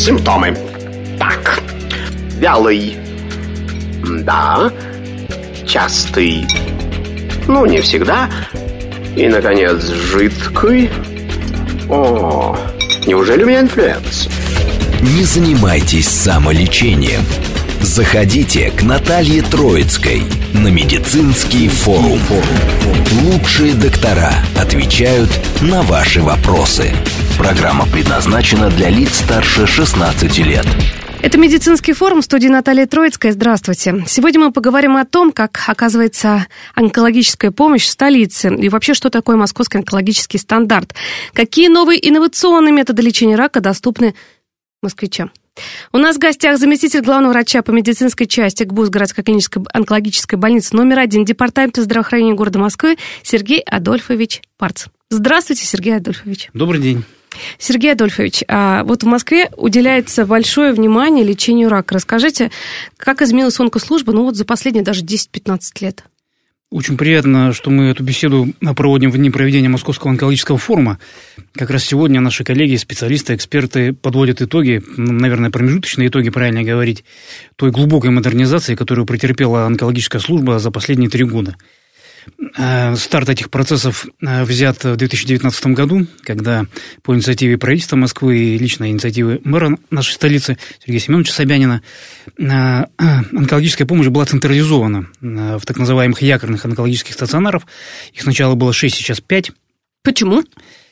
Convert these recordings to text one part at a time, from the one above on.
Симптомы. Так. Вялый. Да. Частый. Ну, не всегда. И, наконец, жидкий. О, неужели у меня инфлюенс? Не занимайтесь самолечением. Заходите к Наталье Троицкой на медицинский форум. Лучшие доктора отвечают на ваши вопросы. Программа предназначена для лиц старше 16 лет. Это медицинский форум, в студии Наталья Троицкая. Здравствуйте. Сегодня мы поговорим о том, как оказывается онкологическая помощь в столице и вообще, что такое московский онкологический стандарт. Какие новые инновационные методы лечения рака доступны москвичам. У нас в гостях заместитель главного врача по медицинской части ГБУС городской клинической онкологической больницы номер 1 Департамента здравоохранения города Москвы Сергей Адольфович Парц. Здравствуйте, Сергей Адольфович. Добрый день. Сергей Адольфович, вот в Москве уделяется большое внимание лечению рака. Расскажите, как изменилась онкослужба, за последние даже 10-15 лет? Очень приятно, что мы эту беседу проводим в дни проведения Московского онкологического форума. Как раз сегодня наши коллеги, специалисты, эксперты подводят итоги, наверное, промежуточные итоги, правильно говорить, той глубокой модернизации, которую претерпела онкологическая служба за последние 3 года. Старт этих процессов взят в 2019 году, когда по инициативе правительства Москвы и личной инициативы мэра нашей столицы Сергея Семеновича Собянина онкологическая помощь была централизована в так называемых якорных онкологических стационарах. Их сначала было 6, сейчас 5. Почему?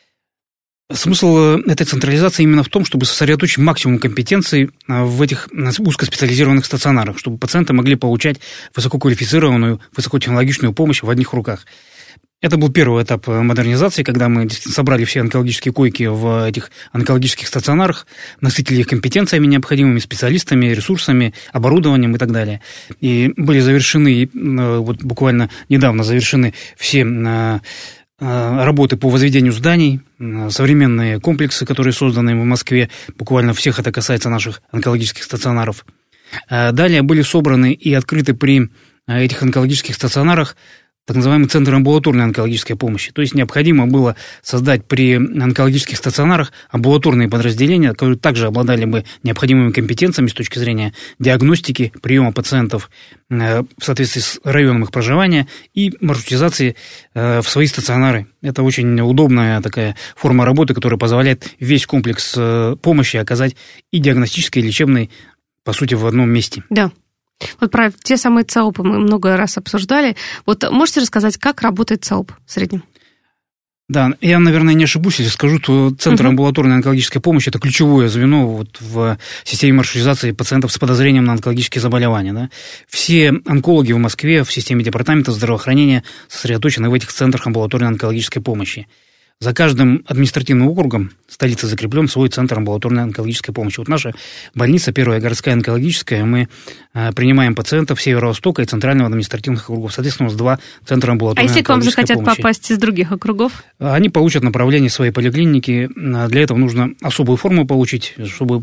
Смысл этой централизации именно в том, чтобы сосредоточить максимум компетенций в этих узкоспециализированных стационарах, чтобы пациенты могли получать высококвалифицированную, высокотехнологичную помощь в одних руках. Это был первый этап модернизации, когда мы собрали все онкологические койки в этих онкологических стационарах, насытили их компетенциями необходимыми, специалистами, ресурсами, оборудованием и так далее. И были завершены, вот буквально недавно завершены все работы по возведению зданий, современные комплексы, которые созданы в Москве, буквально всех это касается наших онкологических стационаров. Далее были собраны и открыты при этих онкологических стационарах так называемый центр амбулаторной онкологической помощи. То есть необходимо было создать при онкологических стационарах амбулаторные подразделения, которые также обладали бы необходимыми компетенциями с точки зрения диагностики, приема пациентов в соответствии с районом их проживания и маршрутизации в свои стационары. Это очень удобная такая форма работы, которая позволяет весь комплекс помощи оказать и диагностической, и лечебной, по сути, в одном месте. Да. Вот про те самые ЦАОПы мы много раз обсуждали. Вот можете рассказать, как работает ЦАОП в среднем? Да, я, наверное, не ошибусь, если скажу, что Центр амбулаторной онкологической помощи – это ключевое звено вот в системе маршрутизации пациентов с подозрением на онкологические заболевания. Да? Все онкологи в Москве в системе Департамента здравоохранения сосредоточены в этих центрах амбулаторной онкологической помощи. За каждым административным округом столицы закреплен свой центр амбулаторной онкологической помощи. Вот наша больница, первая городская онкологическая, мы принимаем пациентов Северо-Востока и Центрального административных округов. Соответственно, у нас 2 центра амбулаторной онкологической помощи. А если к вам захотят попасть из других округов? Они получат направление в своей поликлиники. Для этого нужно особую форму получить, чтобы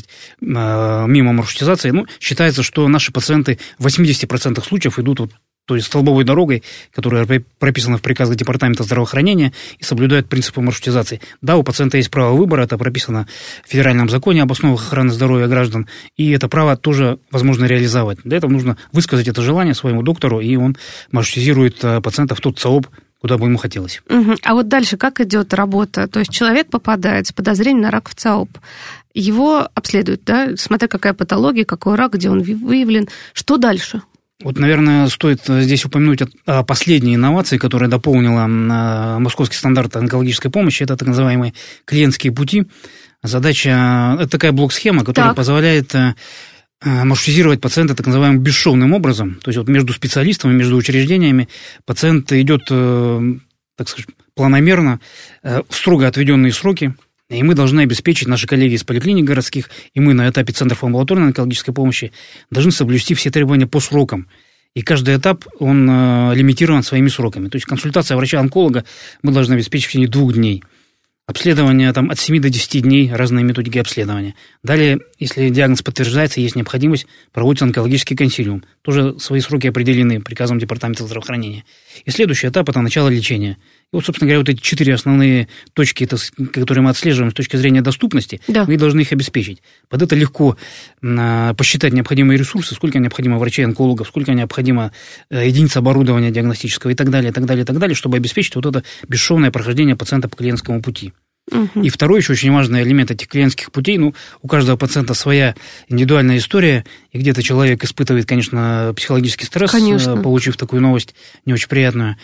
мимо маршрутизации. Считается, что наши пациенты в 80% случаев идут то есть столбовой дорогой, которая прописана в приказах Департамента здравоохранения и соблюдает принципы маршрутизации. Да, у пациента есть право выбора, это прописано в Федеральном законе об основах охраны здоровья граждан, и это право тоже возможно реализовать. Для этого нужно высказать это желание своему доктору, и он маршрутизирует пациента в тот ЦАОП, куда бы ему хотелось. А вот дальше как идет работа? То есть человек попадает с подозрением на рак в ЦАОП, его обследуют, да, смотря какая патология, какой рак, где он выявлен. Что дальше? Вот, наверное, стоит здесь упомянуть о последней инновации, которая дополнила московский стандарт онкологической помощи. Это так называемые клиентские пути. Задача – это такая блок-схема, которая позволяет маршрутизировать пациента так называемым бесшовным образом. То есть вот между специалистами, между учреждениями пациент идет, так сказать, планомерно, в строго отведенные сроки. И мы должны обеспечить, наши коллеги из поликлиник городских, и мы на этапе центров амбулаторной онкологической помощи должны соблюсти все требования по срокам. И каждый этап, он лимитирован своими сроками. То есть консультация врача-онколога мы должны обеспечить в течение 2 дней. Обследование от 7 до 10 дней, разные методики обследования. Далее, если диагноз подтверждается, есть необходимость, проводится онкологический консилиум. Тоже свои сроки определены приказом Департамента здравоохранения. И следующий этап – это начало лечения. И вот, собственно говоря, вот эти 4 основные точки, которые мы отслеживаем с точки зрения доступности, мы должны их обеспечить. Под это легко посчитать необходимые ресурсы, сколько необходимо врачей-онкологов, сколько необходимо единиц оборудования диагностического и так далее, чтобы обеспечить вот это бесшовное прохождение пациента по клиентскому пути. И второй еще очень важный элемент этих клиентских путей, у каждого пациента своя индивидуальная история, и где-то человек испытывает, конечно, психологический стресс, получив такую новость не очень приятную.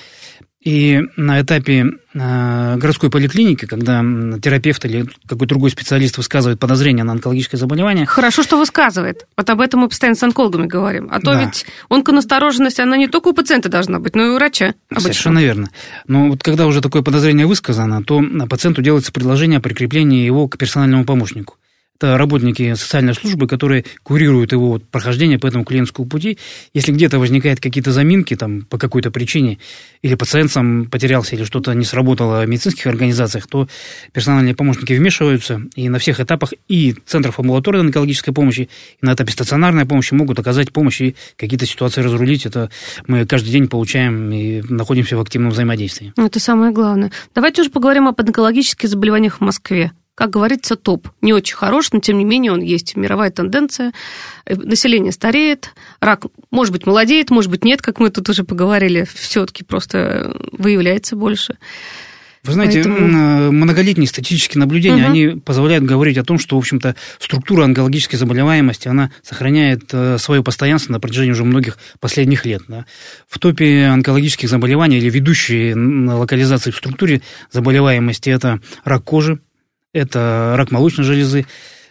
И на этапе городской поликлиники, когда терапевт или какой-то другой специалист высказывает подозрение на онкологическое заболевание... Хорошо, что высказывает. Вот об этом мы постоянно с онкологами говорим. А то ведь онконастороженность, она не только у пациента должна быть, но и у врача обычно. Совершенно верно. Но вот когда уже такое подозрение высказано, то пациенту делается предложение о прикреплении его к персональному помощнику. Это работники социальной службы, которые курируют его прохождение по этому клиентскому пути. Если где-то возникают какие-то заминки там, по какой-то причине, или пациент сам потерялся, или что-то не сработало в медицинских организациях, то персональные помощники вмешиваются, и на всех этапах и центров амбулаторной онкологической помощи, и на этапе стационарной помощи могут оказать помощь и какие-то ситуации разрулить. Это мы каждый день получаем и находимся в активном взаимодействии. Это самое главное. Давайте уже поговорим об онкологических заболеваниях в Москве. Как говорится, топ. Не очень хорош, но тем не менее он есть. Мировая тенденция. Население стареет. Рак, может быть, молодеет, может быть, нет, как мы тут уже поговорили. Все-таки просто выявляется больше. Вы знаете, многолетние статистические наблюдения, они позволяют говорить о том, что, в общем-то, структура онкологической заболеваемости, она сохраняет свое постоянство на протяжении уже многих последних лет. Да. В топе онкологических заболеваний или ведущие локализации в структуре заболеваемости это рак кожи, это рак молочной железы,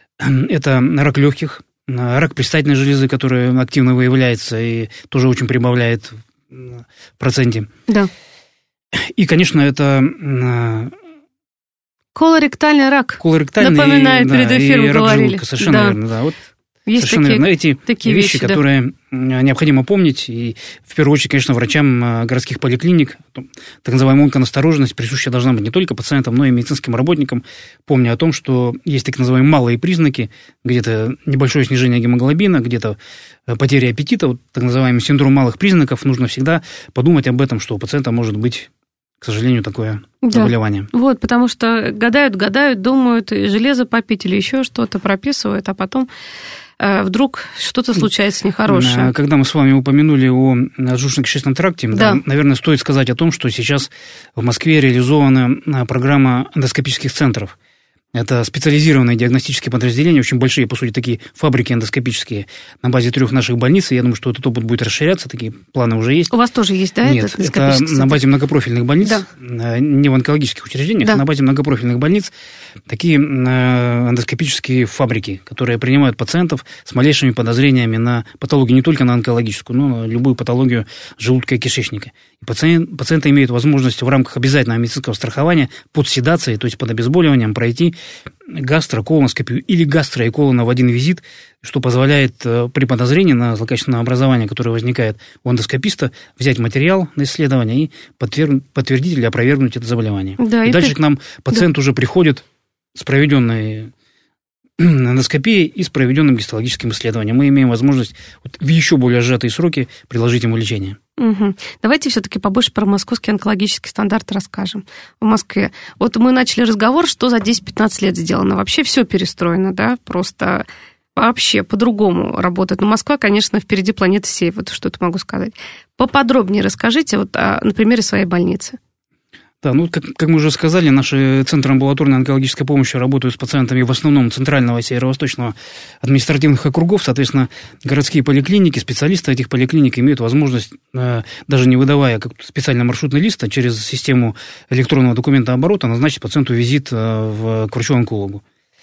это рак легких, рак предстательной железы, который активно выявляется и тоже очень прибавляет в проценте. Да. И, конечно, это... Колоректальный рак. Напоминаю, перед эфиром говорили. Желудка, совершенно верно, да. Вот есть совершенно верно. Эти вещи, которые необходимо помнить, и в первую очередь, конечно, врачам городских поликлиник, так называемая онконастороженность присуща должна быть не только пациентам, но и медицинским работникам, помня о том, что есть так называемые малые признаки, где-то небольшое снижение гемоглобина, где-то потеря аппетита, вот так называемый синдром малых признаков, нужно всегда подумать об этом, что у пациента может быть, к сожалению, такое заболевание. Вот, потому что гадают, думают, железо попить или еще что-то прописывают, а потом вдруг что-то случается нехорошее. Когда мы с вами упомянули о желудочно-кишечном тракте, наверное, стоит сказать о том, что сейчас в Москве реализована программа эндоскопических центров. Это специализированные диагностические подразделения, очень большие, по сути, такие фабрики эндоскопические на базе 3 наших больниц. Я думаю, что этот опыт будет расширяться, такие планы уже есть. У вас тоже есть, да? Нет, это на базе многопрофильных больниц, не в онкологических учреждениях, а на базе многопрофильных больниц. Такие эндоскопические фабрики, которые принимают пациентов с малейшими подозрениями на патологию, не только на онкологическую, но на любую патологию желудка и кишечника. И пациенты имеют возможность в рамках обязательного медицинского страхования под седацией, то есть под обезболиванием, пройти гастроколоноскопию или гастроэколона в один визит, что позволяет при подозрении на злокачественное образование, которое возникает у эндоскописта, взять материал на исследование и подтвердить или опровергнуть это заболевание. Да, и дальше к нам пациент уже приходит с проведенной эндоскопией и с проведенным гистологическим исследованием. Мы имеем возможность в еще более сжатые сроки приложить ему лечение. Давайте все-таки побольше про московский онкологический стандарт расскажем в Москве. Вот мы начали разговор, что за 10-15 лет сделано. Вообще все перестроено, да, просто вообще по-другому работает. Но Москва, конечно, впереди планеты всей, вот что-то могу сказать. Поподробнее расскажите вот на примере своей больницы. Да, как мы уже сказали, наши центры амбулаторной онкологической помощи работают с пациентами в основном центрального и северо-восточного административных округов. Соответственно, городские поликлиники, специалисты этих поликлиник имеют возможность, даже не выдавая специальный маршрутный лист, а через систему электронного документооборота назначить пациенту визит к врачу-онкологу.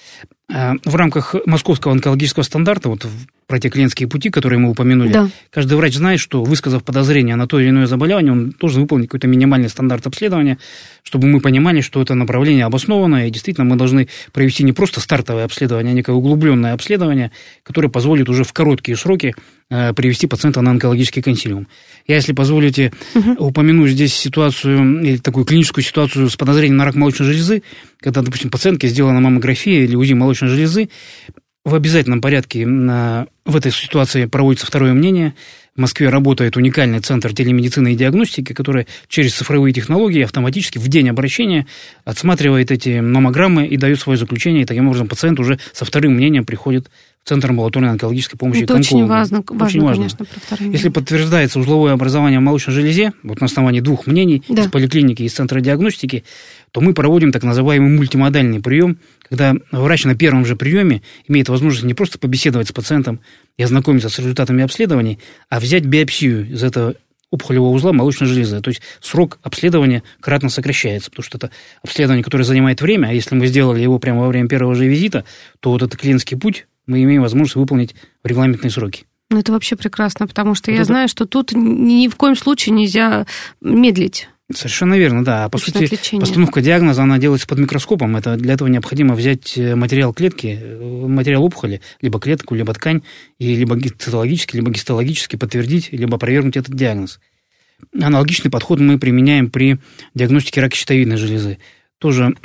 В рамках московского онкологического стандарта, вот про те клиентские пути, которые мы упомянули, каждый врач знает, что, высказав подозрение на то или иное заболевание, он должен выполнить какой-то минимальный стандарт обследования, чтобы мы понимали, что это направление обоснованное, и действительно мы должны провести не просто стартовое обследование, а некое углубленное обследование, которое позволит уже в короткие сроки привести пациента на онкологический консилиум. Я, если позволите, упомяну здесь ситуацию, или такую клиническую ситуацию с подозрением на рак молочной железы, когда, допустим, пациентке сделана маммография или УЗИ молочной железы, в обязательном порядке в этой ситуации проводится второе мнение, в Москве работает уникальный центр телемедицины и диагностики, который через цифровые технологии автоматически в день обращения отсматривает эти маммограммы и дает свое заключение, и таким образом пациент уже со вторым мнением приходит в Центр амбулаторной онкологической помощи к онкологу. Это очень важно, конечно, про второе мнение. Если подтверждается узловое образование в молочной железе, вот на основании двух мнений, из поликлиники и из Центра диагностики, то мы проводим так называемый мультимодальный прием, когда врач на первом же приеме имеет возможность не просто побеседовать с пациентом и ознакомиться с результатами обследований, а взять биопсию из этого опухолевого узла молочной железы. То есть срок обследования кратно сокращается, потому что это обследование, которое занимает время, а если мы сделали его прямо во время первого же визита, то вот этот клиентский путь мы имеем возможность выполнить в регламентные сроки. Ну, это вообще прекрасно, потому что я знаю, что тут ни в коем случае нельзя медлить. Совершенно верно, да. По сути, постановка диагноза, она делается под микроскопом. Для этого необходимо взять материал клетки, материал опухоли, либо клетку, либо ткань, и либо цитологически, либо гистологически подтвердить, либо опровергнуть этот диагноз. Аналогичный подход мы применяем при диагностике рака щитовидной железы. Тоже...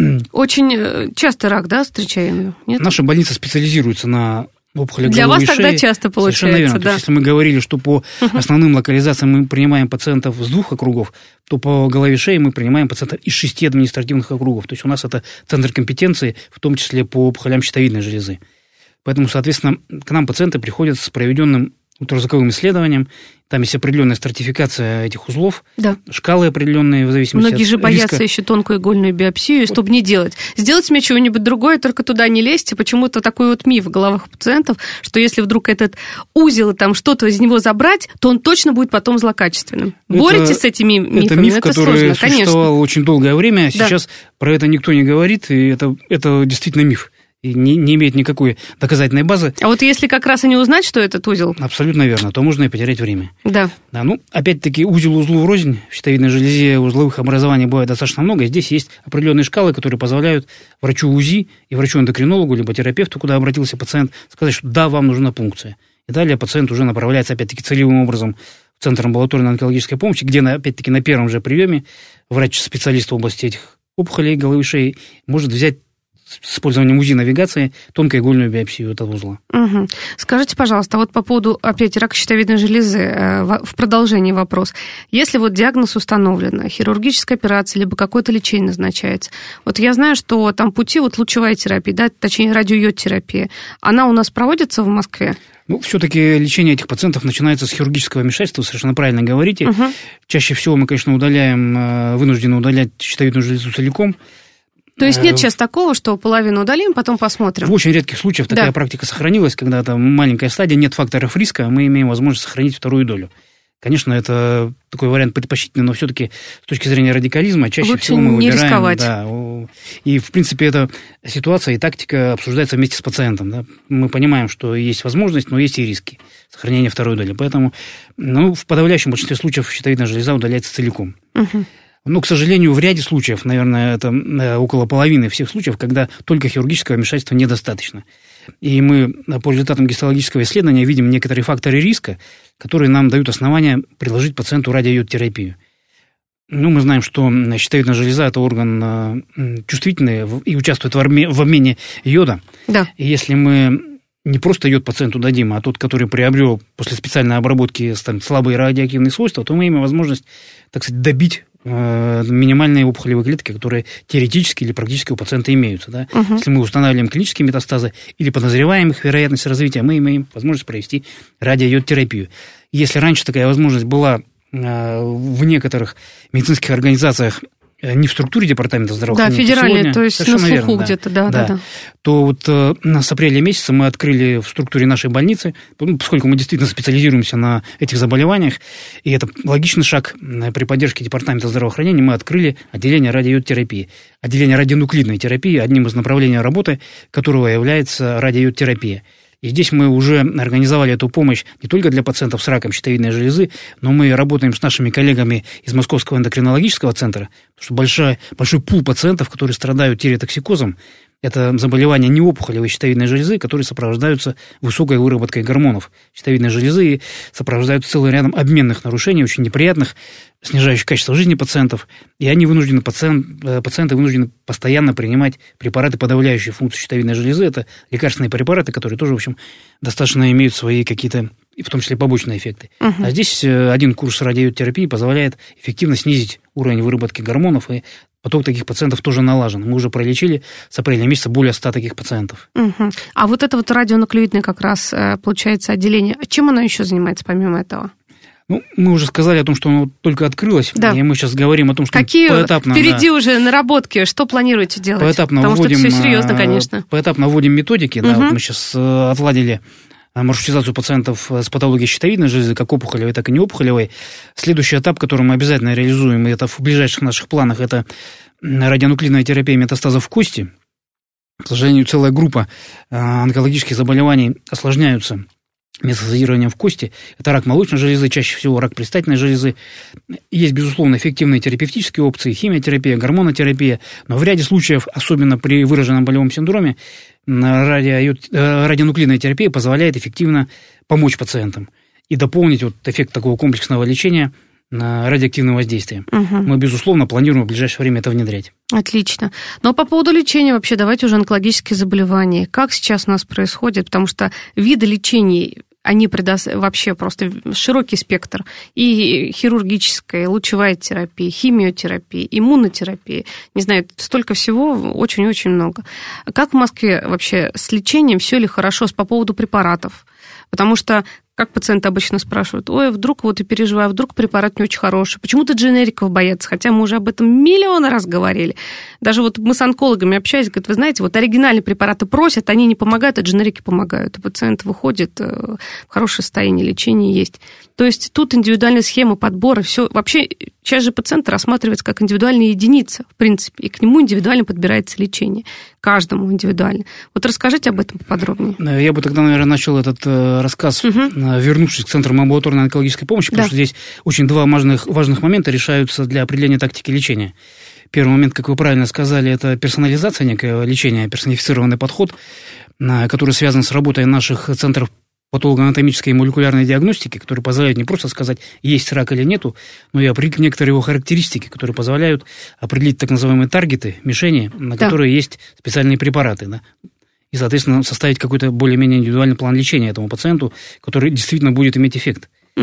Очень часто рак, да, встречаем? Нет? Наша больница специализируется на опухоли для головы и вас шеи. Тогда часто получается, совершенно верно. Да. То есть, если мы говорили, что по основным локализациям мы принимаем пациентов с 2 округов, то по голове и шеи мы принимаем пациентов из 6 административных округов. То есть у нас это центр компетенции, в том числе по опухолям щитовидной железы. Поэтому, соответственно, к нам пациенты приходят с проведенным ультразвуковым исследованием. Там есть определенная стратификация этих узлов, шкалы определенные в зависимости от риска. Многие же боятся еще тонкую игольную биопсию, чтобы не делать. Сделать мне чего-нибудь другое, только туда не лезть. И почему-то такой вот миф в головах пациентов, что если вдруг этот узел, там что-то из него забрать, то он точно будет потом злокачественным. Боретесь с этими мифами? Это миф, который существовал очень долгое время. Сейчас про это никто не говорит, и это действительно миф. И не имеет никакой доказательной базы. А вот если как раз и не узнать, что этот узел? Абсолютно верно, то можно и потерять время. Да. Ну, опять-таки, узел узлу врознь. В щитовидной железе узловых образований бывает достаточно много. Здесь есть определенные шкалы, которые позволяют врачу УЗИ и врачу-эндокринологу, либо терапевту, куда обратился пациент, сказать, что да, вам нужна пункция. И далее пациент уже направляется, опять-таки, целевым образом в Центр амбулаторной онкологической помощи, где, опять-таки, на первом же приеме врач-специалист в области этих опухолей головы и шеи может взять с использованием УЗИ-навигации тонкоигольную биопсию этого узла. Угу. Скажите, пожалуйста, вот по поводу, опять, рака щитовидной железы, в продолжении вопрос. Если вот диагноз установлен, хирургическая операция, либо какое-то лечение назначается, вот я знаю, что там пути, вот лучевая терапия, да, точнее радиойод-терапия, она у нас проводится в Москве? Ну, все-таки лечение этих пациентов начинается с хирургического вмешательства, совершенно правильно говорите. Угу. Чаще всего мы, конечно, вынуждены удалять щитовидную железу целиком. То есть нет сейчас такого, что половину удалим, потом посмотрим? В очень редких случаях такая практика сохранилась, когда там маленькая стадия, нет факторов риска, мы имеем возможность сохранить вторую долю. Конечно, это такой вариант предпочтительный, но все-таки с точки зрения радикализма чаще лучше всего мы выбираем... не рисковать. Да, и, в принципе, эта ситуация и тактика обсуждается вместе с пациентом. Да. Мы понимаем, что есть возможность, но есть и риски сохранения второй доли. Поэтому в подавляющем большинстве случаев щитовидная железа удаляется целиком. Угу. Но, к сожалению, в ряде случаев, наверное, это около половины всех случаев, когда только хирургического вмешательства недостаточно. И мы по результатам гистологического исследования видим некоторые факторы риска, которые нам дают основания предложить пациенту радиойод-терапию. Мы знаем, что щитовидная железа – это орган чувствительный и участвует в обмене йода. Да. И если мы не просто йод пациенту дадим, а тот, который приобрел после специальной обработки слабые радиоактивные свойства, то мы имеем возможность, так сказать, добить минимальные опухолевые клетки, которые теоретически или практически у пациента имеются. Да? Угу. Если мы устанавливаем клинические метастазы или подозреваем их вероятность развития, мы имеем возможность провести радиойод-терапию. Если раньше такая возможность была в некоторых медицинских организациях не в структуре департамента здравоохранения. Да, федеральные, то есть на слуху где-то, да. То вот с апреля месяца мы открыли в структуре нашей больницы, поскольку мы действительно специализируемся на этих заболеваниях, и это логичный шаг при поддержке департамента здравоохранения, мы открыли отделение радиойод-терапии. Отделение радионуклидной терапии, одним из направлений работы которого является радиойод-терапия. И здесь мы уже организовали эту помощь не только для пациентов с раком щитовидной железы, но мы работаем с нашими коллегами из Московского эндокринологического центра, потому что большой пул пациентов, которые страдают тиреотоксикозом, Это заболевания неопухолевой щитовидной железы, которые сопровождаются высокой выработкой гормонов щитовидной железы и сопровождаются целым рядом обменных нарушений, очень неприятных, снижающих качество жизни пациентов. И они пациенты вынуждены постоянно принимать препараты, подавляющие функцию щитовидной железы. Это лекарственные препараты, которые тоже, в общем, достаточно имеют свои какие-то, в том числе побочные эффекты. А здесь один курс радиотерапии позволяет эффективно снизить уровень выработки гормонов, и поток таких пациентов тоже налажен. Мы уже пролечили с апреля месяца более 100 таких пациентов. А вот это вот радионуклеидное как раз, получается, отделение. Чем оно еще занимается помимо этого? Ну, мы уже сказали о том, что оно только открылось, да. И мы сейчас говорим о том, что какие поэтапно... впереди уже наработки, что планируете делать? Поэтапно Потому вводим, что это все серьезно, конечно. Поэтапно вводим методики, да, вот мы сейчас отладили маршрутизацию пациентов с патологией щитовидной железы, как опухолевой, так и неопухолевой. Следующий этап, который мы обязательно реализуем, и это в ближайших наших планах, это радионуклидная терапия метастазов в кости. К сожалению, целая группа онкологических заболеваний осложняются метастазированием в кости. Это рак молочной железы, чаще всего рак предстательной железы. Есть, безусловно, эффективные терапевтические опции, химиотерапия, гормонотерапия, но в ряде случаев, особенно при выраженном болевом синдроме, радионуклидная терапия позволяет эффективно помочь пациентам и дополнить вот эффект такого комплексного лечения радиоактивным воздействием. Мы, безусловно, планируем в ближайшее время это внедрять. Отлично. Но по поводу лечения вообще, давайте уже онкологические заболевания. Как сейчас у нас происходит? Потому что виды лечений, они вообще просто широкий спектр. И хирургическая, и лучевая терапия, химиотерапия, иммунотерапия. Не знаю, столько всего, очень-очень много. Как в Москве вообще с лечением, все ли хорошо по поводу препаратов? Потому что, как пациенты обычно спрашивают, ой, вдруг вот и переживаю, вдруг препарат не очень хороший. Почему-то дженериков боятся, хотя мы уже об этом миллион раз говорили. Даже вот мы с онкологами общались, говорят, вы знаете, вот оригинальные препараты просят, они не помогают, а дженерики помогают. И пациент выходит в хорошее состояние, лечение есть. То есть тут индивидуальные схемы подбора, все. Вообще, сейчас же пациент рассматривается как индивидуальная единица, в принципе, и к нему индивидуально подбирается лечение. Каждому индивидуально. Вот расскажите об этом поподробнее. Я бы тогда, наверное, начал этот рассказ, вернувшись к центрам амбулаторной онкологической помощи, потому что здесь очень два важных момента решаются для определения тактики лечения. Первый момент, как вы правильно сказали, это персонализация некого лечения, персонифицированный подход, который связан с работой наших центров патологоанатомической и молекулярной диагностики, которые позволяют не просто сказать, есть рак или нету, но и определить некоторые его характеристики, которые позволяют определить так называемые таргеты, мишени, на которые есть специальные препараты, да, и, соответственно, составить какой-то более-менее индивидуальный план лечения этому пациенту, который действительно будет иметь эффект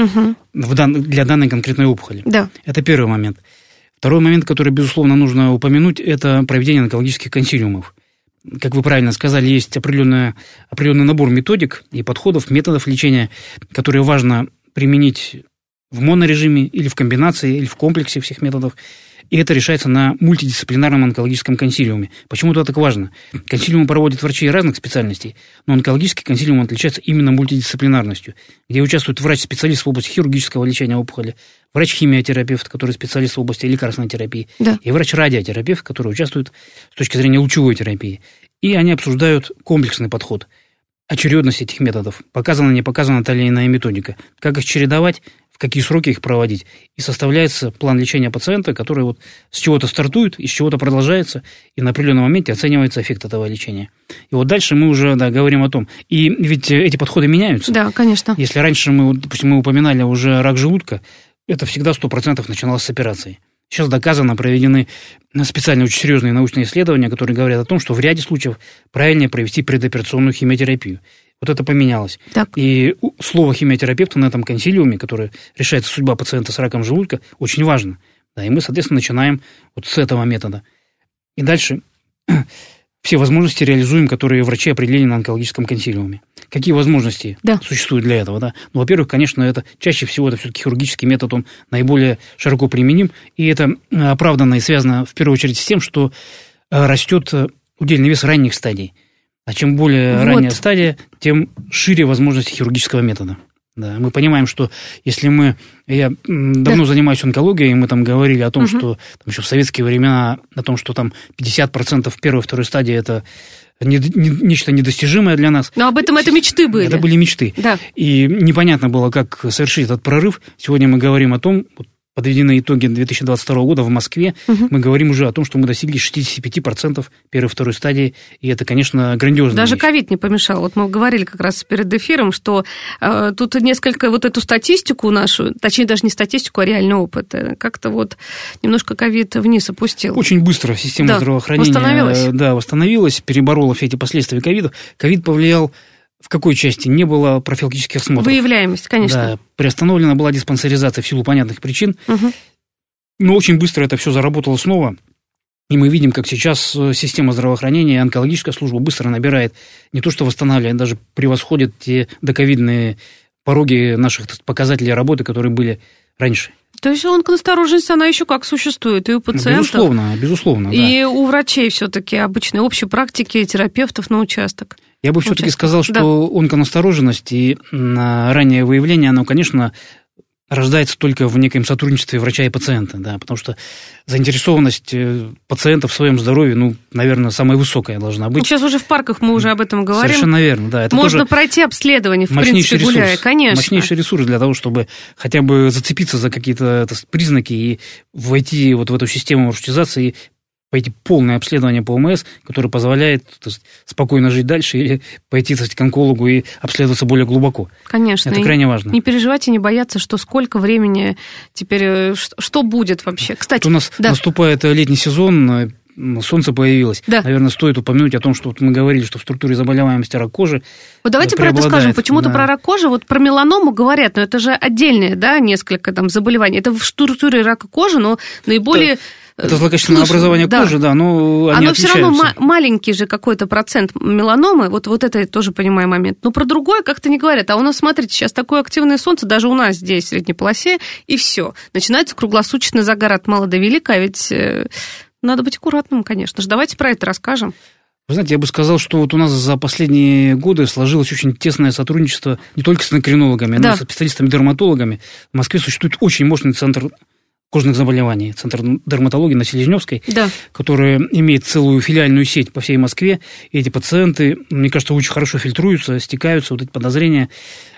для данной конкретной опухоли. Да. Это первый момент. Второй момент, который, безусловно, нужно упомянуть, это проведение онкологических консилиумов. Как вы правильно сказали, есть определенный набор методик и подходов, методов лечения, которые важно применить в монорежиме или в комбинации, или в комплексе всех методов. И это решается на мультидисциплинарном онкологическом консилиуме. Почему это так важно? Консилиумы проводят врачи разных специальностей, но онкологический консилиум отличается именно мультидисциплинарностью, где участвует врач-специалист в области хирургического лечения опухоли, врач-химиотерапевт, который специалист в области лекарственной терапии, и врач-радиотерапевт, который участвует с точки зрения лучевой терапии. И они обсуждают комплексный подход, очередность этих методов, показана, не показана та или иная методика, как их чередовать, в какие сроки их проводить. И составляется план лечения пациента, который вот с чего-то стартует, и с чего-то продолжается, и на определенном моменте оценивается эффект этого лечения. И вот дальше мы уже говорим о том. И ведь эти подходы меняются. Да, конечно. Если раньше допустим, мы упоминали уже рак желудка, это всегда 100% начиналось с операции. Сейчас доказано, проведены специальные очень серьезные научные исследования, которые говорят о том, что в ряде случаев правильнее провести предоперационную химиотерапию. Вот это поменялось. Так. И слово химиотерапевта на этом консилиуме, который решается судьба пациента с раком желудка, очень важно. Да, и мы, соответственно, начинаем вот с этого метода. И дальше все возможности реализуем, которые врачи определили на онкологическом консилиуме. Какие возможности существуют для этого? Да? Ну, во-первых, конечно, это чаще всего это все-таки хирургический метод, он наиболее широко применим, и это оправданно и связано в первую очередь с тем, что растет удельный вес ранних стадий. А чем более ранняя стадия, тем шире возможности хирургического метода. Да, мы понимаем, что если я давно занимаюсь онкологией, мы там говорили о том, что там еще в советские времена, о том, что там 50% первой и второй стадии это нечто недостижимое для нас. Но об этом это мечты были. Это были мечты. Да. И непонятно было, как совершить этот прорыв. Сегодня мы говорим о том, подведены итоги 2022 года в Москве, мы говорим уже о том, что мы достигли 65% первой и второй стадии, и это, конечно, грандиозно. Даже ковид не помешал. Вот мы говорили как раз перед эфиром, что тут несколько вот эту статистику нашу, точнее, даже не статистику, а реальный опыт, как-то вот немножко ковид вниз опустил. Очень быстро система здравоохранения восстановилась, переборола все эти последствия ковида. Ковид повлиял в какой части? Не было профилактических осмотров. Выявляемость, конечно. Да, приостановлена была диспансеризация в силу понятных причин. Но очень быстро это все заработало снова. И мы видим, как сейчас система здравоохранения, онкологическая служба быстро набирает, не то что восстанавливает, даже превосходит те доковидные пороги наших показателей работы, которые были раньше. То есть онконастороженность, она еще как существует и у пациентов. Безусловно. И у врачей все-таки обычной общей практики, терапевтов на участок. Я бы все-таки сказал, что онконастороженность и раннее выявление, оно, конечно, рождается только в некоем сотрудничестве врача и пациента, да, потому что заинтересованность пациента в своем здоровье, наверное, самая высокая должна быть. Сейчас уже в парках мы уже об этом говорим. Совершенно верно, да. Это можно пройти обследование, в принципе, гуляя, конечно. Мощнейший ресурс для того, чтобы хотя бы зацепиться за какие-то признаки и войти вот в эту систему маршрутизации, пойти полное обследование по ОМС, которое позволяет спокойно жить дальше или пойти к онкологу и обследоваться более глубоко. Конечно. Это крайне важно. Не переживать и не бояться, что сколько времени теперь, что будет вообще. Кстати, у нас наступает летний сезон, солнце появилось. Да. Наверное, стоит упомянуть о том, что мы говорили, что в структуре заболеваемости рак кожи вот давайте про это скажем. Почему-то про рак кожи, вот про меланому говорят, но это же отдельное, несколько заболеваний. Это в структуре рака кожи, но наиболее... Это злокачественное образование кожи, но они отличаются. Все равно маленький же какой-то процент меланомы, вот это я тоже понимаю момент. Но про другое как-то не говорят. А у нас, смотрите, сейчас такое активное солнце, даже у нас здесь, в средней полосе, и все. Начинается круглосуточный загар от мала до велика, а ведь надо быть аккуратным, конечно же. Давайте про это расскажем. Вы знаете, я бы сказал, что вот у нас за последние годы сложилось очень тесное сотрудничество не только с эндокринологами, но и со специалистами-дерматологами. В Москве существует очень мощный центр кожных заболеваний, центр дерматологии на Селезневской, который имеет целую филиальную сеть по всей Москве. И эти пациенты, мне кажется, очень хорошо фильтруются, стекаются, вот эти подозрения,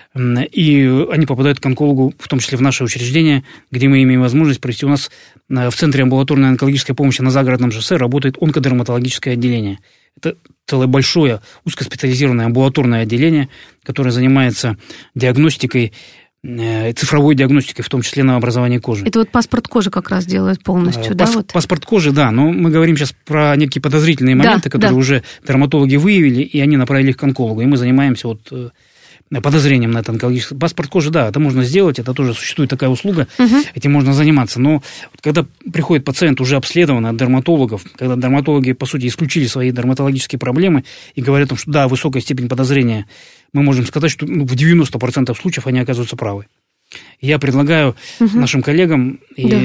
и они попадают к онкологу, в том числе в наше учреждение, где мы имеем возможность провести. У нас в Центре амбулаторной онкологической помощи на Загородном шоссе работает онкодерматологическое отделение. Это целое большое узкоспециализированное амбулаторное отделение, которое занимается диагностикой, цифровой диагностикой, в том числе на образование кожи. Это вот паспорт кожи как раз делает полностью, Паспорт кожи, да, но мы говорим сейчас про некие подозрительные моменты, которые уже дерматологи выявили, и они направили их к онкологу, и мы занимаемся подозрением на это онкологическое. Паспорт кожи, да, это можно сделать, это тоже существует такая услуга, этим можно заниматься, но когда приходит пациент уже обследованный от дерматологов, когда дерматологи, по сути, исключили свои дерматологические проблемы и говорят, что да, высокая степень подозрения, мы можем сказать, что в 90% случаев они оказываются правы. Я предлагаю нашим коллегам,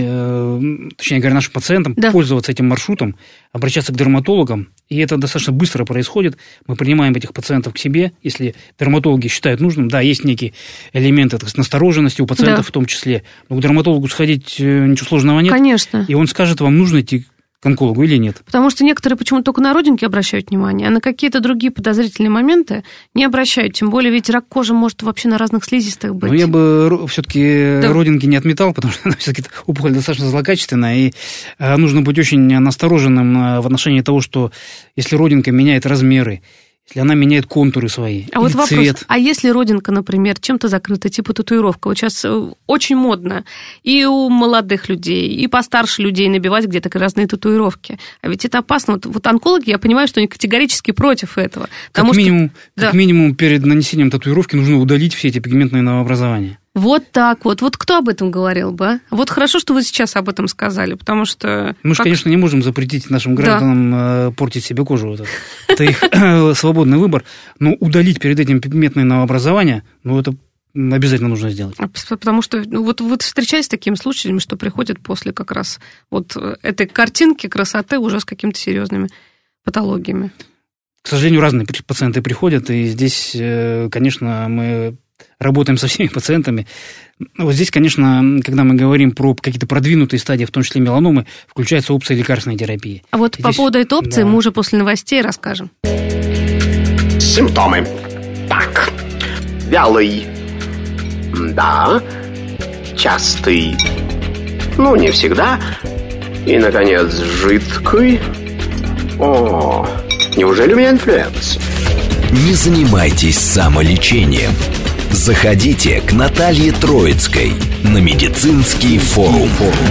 точнее говоря, нашим пациентам пользоваться этим маршрутом, обращаться к дерматологам, и это достаточно быстро происходит. Мы принимаем этих пациентов к себе, если дерматологи считают нужным. Да, есть некие элементы настороженности у пациентов в том числе, но к дерматологу сходить ничего сложного нет. Конечно. И он скажет вам, нужно идти к онкологу или нет. Потому что некоторые почему-то только на родинки обращают внимание, а на какие-то другие подозрительные моменты не обращают. Тем более, ведь рак кожи может вообще на разных слизистых быть. Но я бы все-таки родинки не отметал, потому что все-таки опухоль достаточно злокачественная, и нужно быть очень настороженным в отношении того, что если родинка меняет размеры, если она меняет контуры свои, а вот вопрос, цвет. А если родинка, например, чем-то закрыта, типа татуировка, вот сейчас очень модно и у молодых людей, и постарше людей набивать где-то разные татуировки. А ведь это опасно. Вот онкологи, я понимаю, что они категорически против этого. Как минимум перед нанесением татуировки нужно удалить все эти пигментные новообразования. Вот так вот. Вот кто об этом говорил бы, а? Вот хорошо, что вы сейчас об этом сказали, потому что... Мы же, конечно, не можем запретить нашим гражданам портить себе кожу. Это их свободный выбор. Но удалить перед этим пигментные новообразования, это обязательно нужно сделать. Потому что вот вы встречались с такими случаями, что приходят после как раз вот этой картинки красоты уже с какими-то серьезными патологиями. К сожалению, разные пациенты приходят, и здесь, конечно, мы работаем со всеми пациентами. Вот здесь, конечно, когда мы говорим про какие-то продвинутые стадии, в том числе меланомы, включается опция лекарственной терапии. А вот по поводу этой опции мы уже после новостей расскажем. Симптомы. Так, вялый, да, частый, ну, не всегда. И, наконец, жидкий. О, неужели у меня инфлюенс? Не занимайтесь самолечением. Заходите к Наталье Троицкой на медицинский форум.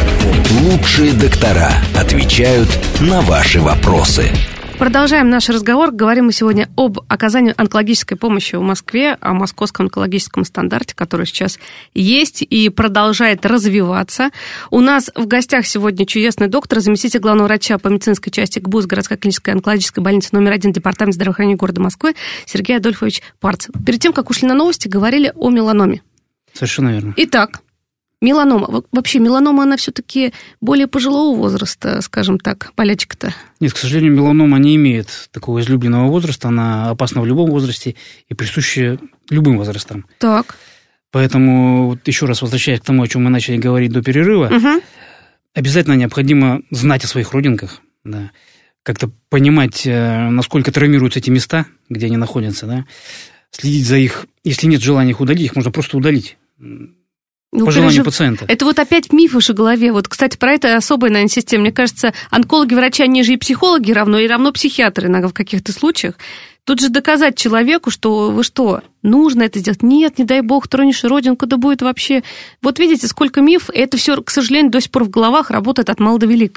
Лучшие доктора отвечают на ваши вопросы. Продолжаем наш разговор. Говорим мы сегодня об оказании онкологической помощи в Москве, о московском онкологическом стандарте, который сейчас есть и продолжает развиваться. У нас в гостях сегодня чудесный доктор, заместитель главного врача по медицинской части ГБУС городской клинической онкологической больницы номер 1 Департамента здравоохранения города Москвы Сергей Адольфович Парцев. Перед тем, как ушли на новости, говорили о меланоме. Совершенно верно. Итак, меланома. Вообще, меланома, она все-таки более пожилого возраста, скажем так, болячка-то? Нет, к сожалению, меланома не имеет такого излюбленного возраста. Она опасна в любом возрасте и присуща любым возрастам. Так. Поэтому, вот еще раз возвращаясь к тому, о чем мы начали говорить до перерыва, обязательно необходимо знать о своих родинках, да, как-то понимать, насколько травмируются эти места, где они находятся, да, следить за их. Если нет желания их удалить, их можно просто удалить. По желанию пациента. Это вот опять миф в вашей голове. Вот, кстати, про это особая, наверное, система. Мне кажется, онкологи, врачи, они же и психологи равно, и равно психиатры иногда в каких-то случаях. Тут же доказать человеку, что вы что, нужно это сделать? Нет, не дай бог, тронешь родинку, да будет вообще... Вот видите, сколько миф, и это все, к сожалению, до сих пор в головах работает от мала до велика.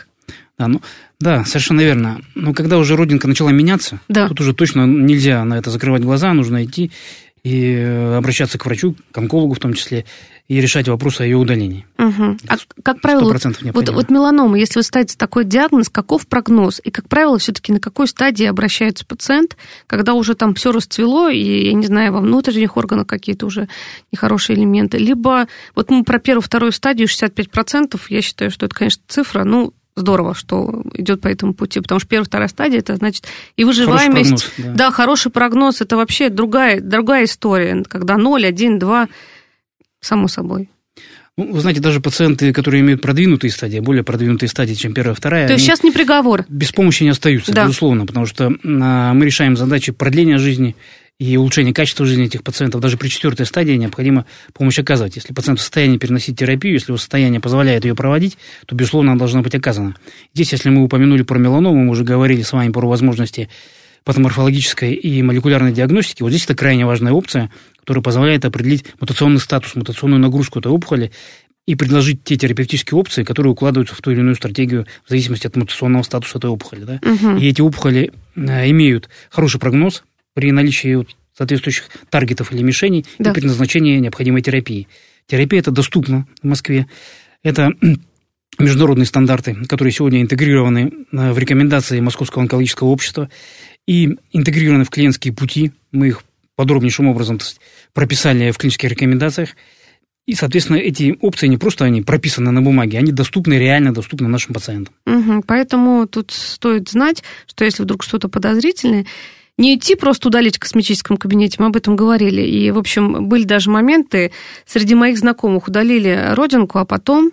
Да, совершенно верно. Но когда уже родинка начала меняться, тут уже точно нельзя на это закрывать глаза, нужно идти и обращаться к врачу, к онкологу в том числе, и решать вопрос о ее удалении. Угу. А как правило, вот меланома, если вы ставите такой диагноз, каков прогноз? И, как правило, все-таки на какой стадии обращается пациент, когда уже там все расцвело, и, я не знаю, во внутренних органах какие-то уже нехорошие элементы. Либо, вот мы про первую-вторую стадию 65%, я считаю, что это, конечно, цифра, здорово, что идет по этому пути, потому что первая-вторая стадия, это значит и выживаемость. Хороший прогноз, да, хороший прогноз, это вообще другая история, когда 0, 1, 2, само собой. Вы знаете, даже пациенты, которые имеют продвинутые стадии, более продвинутые стадии, чем первая, вторая... То есть сейчас не приговор? Без помощи не остаются, безусловно, потому что мы решаем задачи продления жизни и улучшения качества жизни этих пациентов. Даже при 4-й стадии необходимо помощь оказывать. Если пациент в состоянии переносить терапию, если его состояние позволяет ее проводить, то, безусловно, она должна быть оказана. Здесь, если мы упомянули про меланому, мы уже говорили с вами про возможности патоморфологической и молекулярной диагностики, вот здесь это крайне важная опция, которая позволяет определить мутационный статус, мутационную нагрузку этой опухоли и предложить те терапевтические опции, которые укладываются в ту или иную стратегию в зависимости от мутационного статуса этой опухоли. Да? И эти опухоли имеют хороший прогноз при наличии соответствующих таргетов или мишеней и при назначении необходимой терапии. Терапия эта доступна в Москве. Это международные стандарты, которые сегодня интегрированы в рекомендации Московского онкологического общества и интегрированы в клиентские пути. Мы их подробнейшим образом прописали в клинических рекомендациях. И, соответственно, эти опции не просто они прописаны на бумаге, они доступны, реально доступны нашим пациентам. Поэтому тут стоит знать, что если вдруг что-то подозрительное, не идти просто удалить в косметическом кабинете, мы об этом говорили. И, в общем, были даже моменты, среди моих знакомых удалили родинку, а потом,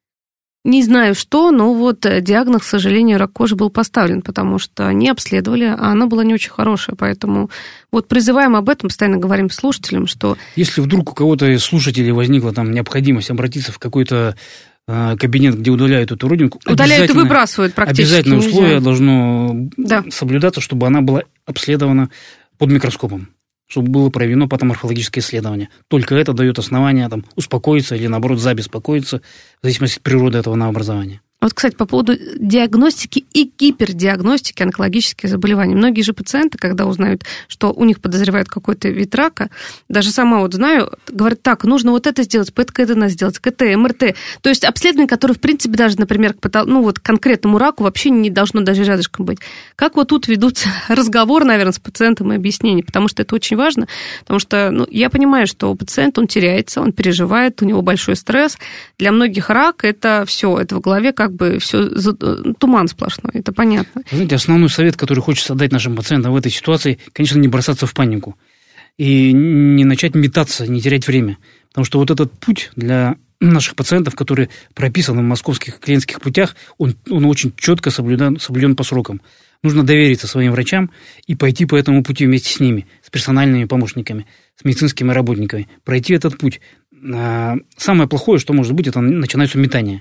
не знаю что, но вот диагноз, к сожалению, рак кожи был поставлен, потому что не обследовали, а она была не очень хорошая. Поэтому вот призываем об этом, постоянно говорим слушателям, что... Если вдруг у кого-то из слушателей возникла там необходимость обратиться в какой-то кабинет, где удаляют эту родинку. Удаляют и выбрасывают практически. Обязательное условие должно соблюдаться, чтобы она была обследована под микроскопом, чтобы было проведено патоморфологическое исследование. Только это дает основание успокоиться или, наоборот, забеспокоиться в зависимости от природы этого новообразования. Вот, кстати, по поводу диагностики и гипердиагностики онкологических заболеваний. Многие же пациенты, когда узнают, что у них подозревают какой-то вид рака, даже сама знаю, говорят, так, нужно вот это сделать, ПЭТ-КТ надо сделать, КТ, МРТ. То есть обследование, которое, в принципе, даже, например, к конкретному раку вообще не должно даже рядышком быть. Как вот тут ведутся разговор, наверное, с пациентом и объяснение, потому что это очень важно, потому что я понимаю, что пациент, он теряется, он переживает, у него большой стресс. Для многих рак это все, это в голове все туман сплошной, это понятно. Знаете, основной совет, который хочется дать нашим пациентам в этой ситуации, конечно, не бросаться в панику и не начать метаться, не терять время. Потому что вот этот путь для наших пациентов, который прописан в московских клиентских путях, он очень четко соблюден по срокам. Нужно довериться своим врачам и пойти по этому пути вместе с ними, с персональными помощниками, с медицинскими работниками, пройти этот путь. Самое плохое, что может быть, это начинается метание.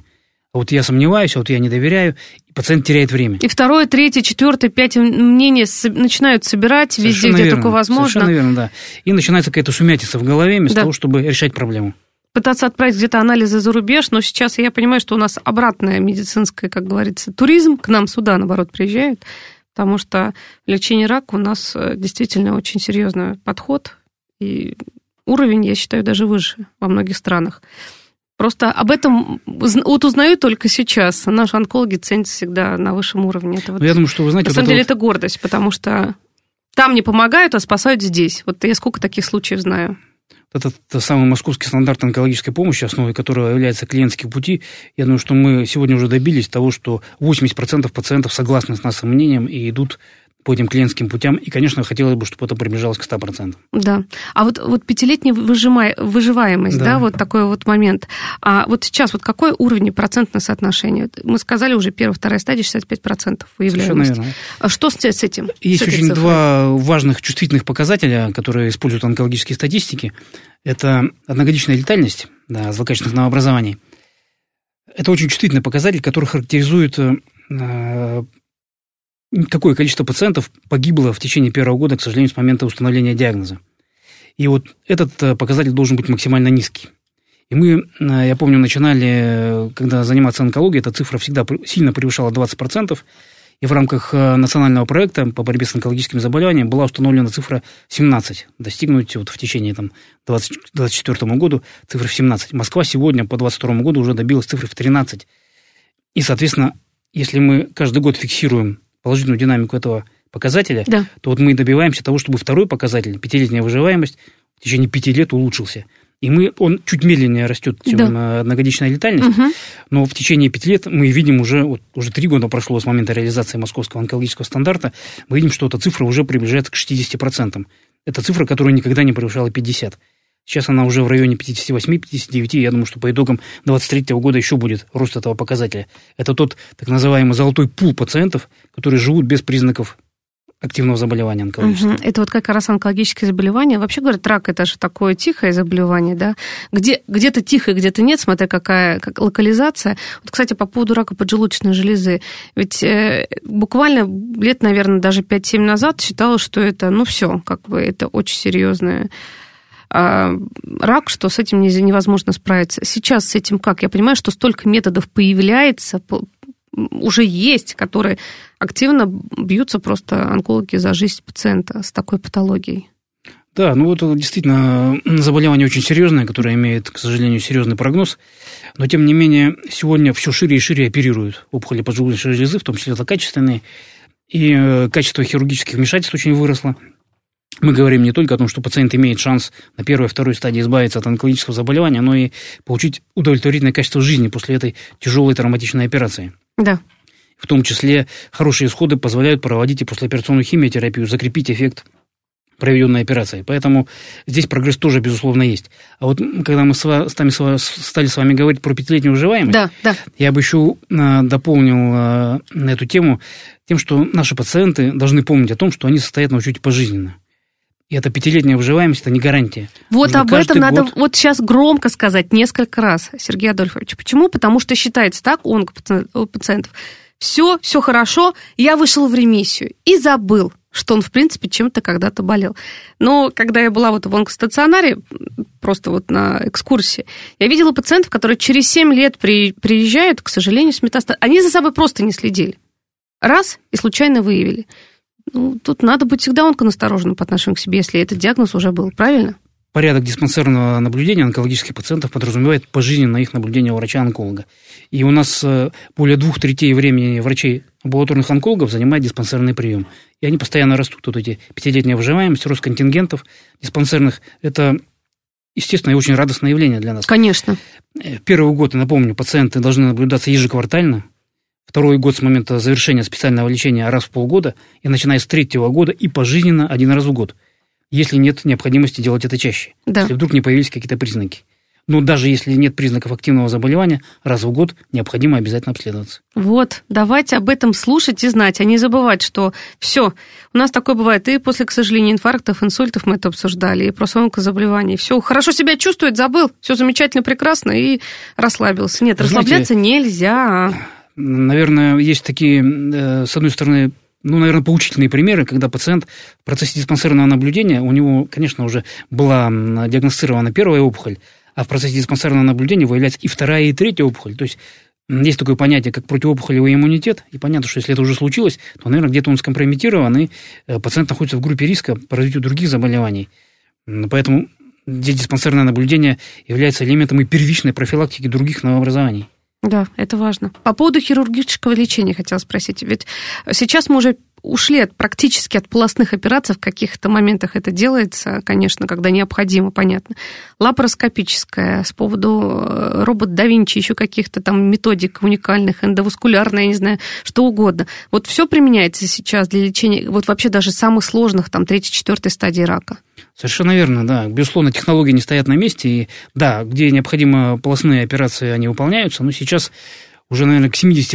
А вот я сомневаюсь, а вот я не доверяю, и пациент теряет время. И второе, третье, четвертое, пятое мнение начинают собирать везде, где только возможно. Совершенно верно, да. И начинается какая-то сумятица в голове вместо того, чтобы решать проблему. Пытаться отправить где-то анализы за рубеж, но сейчас я понимаю, что у нас обратная медицинская, как говорится, туризм к нам сюда, наоборот, приезжает, потому что лечение рака у нас действительно очень серьезный подход, и уровень, я считаю, даже выше во многих странах. Просто об этом вот узнаю только сейчас. Наши онкологи ценятся всегда на высшем уровне. Это вот, я думаю, что вы знаете... На самом деле это гордость, потому что там не помогают, а спасают здесь. Вот я сколько таких случаев знаю. Это самый московский стандарт онкологической помощи, основой которого является клиентские пути. Я думаю, что мы сегодня уже добились того, что 80% пациентов согласны с нашим мнением и идут по этим клиентским путям. И, конечно, хотелось бы, чтобы это приближалось к 100%. Да. А вот 5-летняя выживаемость, да, вот такой вот момент. А вот сейчас вот какой уровень процентное соотношение? Мы сказали уже, первая, вторая стадия 65% выявляемость. Совершенно верно. А что с этим? Есть очень два важных чувствительных показателя, которые используют онкологические статистики. Это одногодичная летальность злокачественных новообразований. Это очень чувствительный показатель, который характеризует какое количество пациентов погибло в течение первого года, к сожалению, с момента установления диагноза. И вот этот показатель должен быть максимально низкий. И мы, я помню, начинали, когда заниматься онкологией, эта цифра всегда сильно превышала 20%, и в рамках национального проекта по борьбе с онкологическими заболеваниями была установлена цифра 17. Достигнуть вот в течение 2024 году цифры в 17. Москва сегодня по 2022 году уже добилась цифры в 13. И, соответственно, если мы каждый год фиксируем положительную динамику этого показателя, то вот мы добиваемся того, чтобы второй показатель, 5-летняя выживаемость, в течение 5 лет улучшился. И он чуть медленнее растет, чем одногодичная летальность, но в течение 5 лет мы видим уже 3 года прошло с момента реализации московского онкологического стандарта, мы видим, что эта цифра уже приближается к 60%. Это цифра, которая никогда не превышала 50%. Сейчас она уже в районе 58-59, я думаю, что по итогам 2023 года еще будет рост этого показателя. Это тот так называемый золотой пул пациентов, которые живут без признаков активного заболевания онкологического. Это вот как раз онкологические заболевания. Вообще, говорят, рак – это же такое тихое заболевание, да? Где-то тихо, где-то нет, смотря какая локализация. Вот, кстати, по поводу рака поджелудочной железы. Ведь буквально лет, наверное, даже 5-7 назад считалось, что это, все, это очень серьезное рак, что с этим невозможно справиться. Сейчас с этим как? Я понимаю, что столько методов появляется, уже есть, которые активно бьются просто онкологи за жизнь пациента с такой патологией. Да, это действительно заболевание очень серьезное, которое имеет, к сожалению, серьезный прогноз, но тем не менее сегодня все шире и шире оперируют опухоли поджелудочной железы, в том числе злокачественные, и качество хирургических вмешательств очень выросло. Мы говорим не только о том, что пациент имеет шанс на первой и второй стадии избавиться от онкологического заболевания, но и получить удовлетворительное качество жизни после этой тяжелой травматичной операции. Да. В том числе хорошие исходы позволяют проводить и послеоперационную химиотерапию, закрепить эффект проведенной операции. Поэтому здесь прогресс тоже, безусловно, есть. А вот когда мы стали с вами говорить про 5-летнюю выживаемость, я бы еще дополнил на эту тему тем, что наши пациенты должны помнить о том, что они состоят на учете пожизненно. И эта 5-летняя выживаемость – это не гарантия. Вот об этом надо вот сейчас громко сказать несколько раз, Сергей Адольфович. Почему? Потому что считается так у пациентов. Все хорошо, я вышел в ремиссию и забыл, что он, в принципе, чем-то когда-то болел. Но когда я была в онкостационаре, просто на экскурсии, я видела пациентов, которые через 7 лет приезжают, к сожалению, с метастазом. Они за собой просто не следили. Раз – и случайно выявили. Тут надо быть всегда онконастороженным по отношению к себе, если этот диагноз уже был, правильно? Порядок диспансерного наблюдения онкологических пациентов подразумевает пожизненное их наблюдение у врача-онколога. И у нас более 2/3 времени врачей амбулаторных онкологов занимает диспансерный прием. И они постоянно растут. Вот эти 5-летняя выживаемость, рост контингентов диспансерных – это естественное и очень радостное явление для нас. Конечно. Первый год, напомню, пациенты должны наблюдаться ежеквартально. Второй год с момента завершения специального лечения раз в полгода, и начиная с 3-го года и пожизненно 1 раз в год, если нет необходимости делать это чаще, если вдруг не появились какие-то признаки. Но даже если нет признаков активного заболевания, раз в год необходимо обязательно обследоваться. Вот, давайте об этом слушать и знать, а не забывать, что все, у нас такое бывает, и после, к сожалению, инфарктов, инсультов мы это обсуждали, и просто онкозаболеваний. Все, хорошо себя чувствует, забыл, все замечательно, прекрасно, и расслабился. Нет, расслабляться нельзя. Наверное, есть такие, с одной стороны, наверное, поучительные примеры, когда пациент в процессе диспансерного наблюдения, у него, конечно, уже была диагностирована первая опухоль, а в процессе диспансерного наблюдения выявляется и вторая, и третья опухоль. То есть есть такое понятие, как противоопухолевый иммунитет, и понятно, что если это уже случилось, то, наверное, где-то он скомпрометирован, и пациент находится в группе риска по развитию других заболеваний. Поэтому здесь диспансерное наблюдение является элементом и первичной профилактики других новообразований. Да, это важно. По поводу хирургического лечения хотела спросить. Ведь сейчас мы уже ушли практически от полостных операций, в каких-то моментах это делается, конечно, когда необходимо, понятно. Лапароскопическая, с поводу робот да Винчи, еще каких-то там методик уникальных, эндоваскулярная, я не знаю, что угодно. Вот все применяется сейчас для лечения, вот вообще даже самых сложных, там, 3-4 стадии рака. Совершенно верно, да. Безусловно, технологии не стоят на месте, и да, где необходимо полостные операции, они выполняются, но сейчас уже, наверное, к